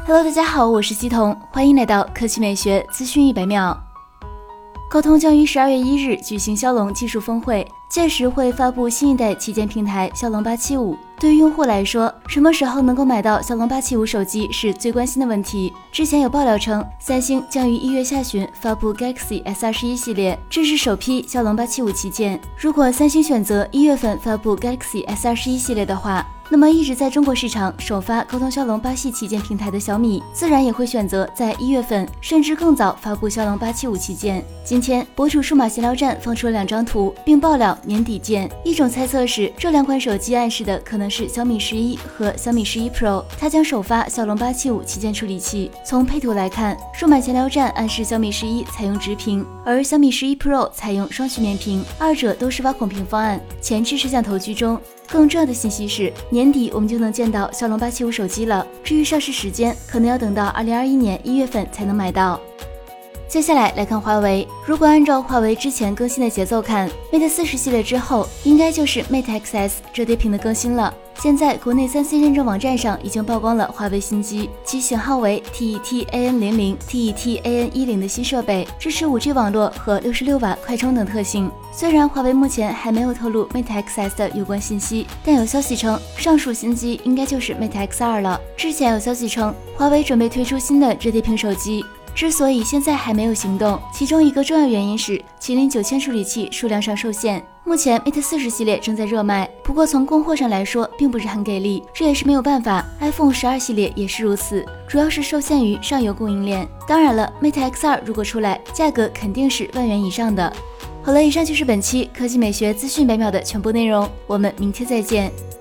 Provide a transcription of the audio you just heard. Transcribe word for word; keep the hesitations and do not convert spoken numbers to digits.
Hello， 大家好，我是西彤，欢迎来到科技美学资讯一百秒。高通将于十二月一日举行骁龙技术峰会，届时会发布新一代旗舰平台骁龙八七五。对于用户来说，什么时候能够买到骁龙八七五手机是最关心的问题。之前有爆料称，三星将于一月下旬发布 Galaxy S 二十一 系列，这是首批骁龙八七五旗舰。如果三星选择一月份发布 Galaxy S 二十一 系列的话，那么一直在中国市场首发高通骁龙八系旗舰平台的小米，自然也会选择在一月份甚至更早发布骁龙八七五旗舰。今天，博主数码闲聊站放出了两张图，并爆料年底见。一种猜测是，这两款手机暗示的可能是小米十一和小米十一 Pro， 它将首发骁龙八七五旗舰处理器。从配图来看，数码闲聊站暗示小米十一采用直屏，而小米十一 Pro 采用双曲面屏，二者都是挖孔屏方案，前置摄像头居中。更重要的信息是，年底我们就能见到骁龙八七五手机了。至于上市时间，可能要等到二零二一年一月份才能买到。接下来来看华为，如果按照华为之前更新的节奏看 ，Mate 四十系列之后，应该就是 Mate X S 折叠屏的更新了。现在国内 三 C 认证网站上已经曝光了华为新机，其型号为 T E T A N 零零 T E T A N 十 的新设备，支持 五 G 网络和六十六瓦快充等特性。虽然华为目前还没有透露 Mate X S 的有关信息，但有消息称上述新机应该就是 Mate X 二 了。之前有消息称华为准备推出新的折叠屏手机。之所以现在还没有行动，其中一个重要原因是麒麟九千处理器数量上受限。目前 Mate 四十系列正在热卖，不过从供货上来说并不是很给力，这也是没有办法。iPhone 十二系列也是如此，主要是受限于上游供应链。当然了 ，Mate X 二 如果出来，价格肯定是万元以上的。好了，以上就是本期科技美学资讯百秒的全部内容，我们明天再见。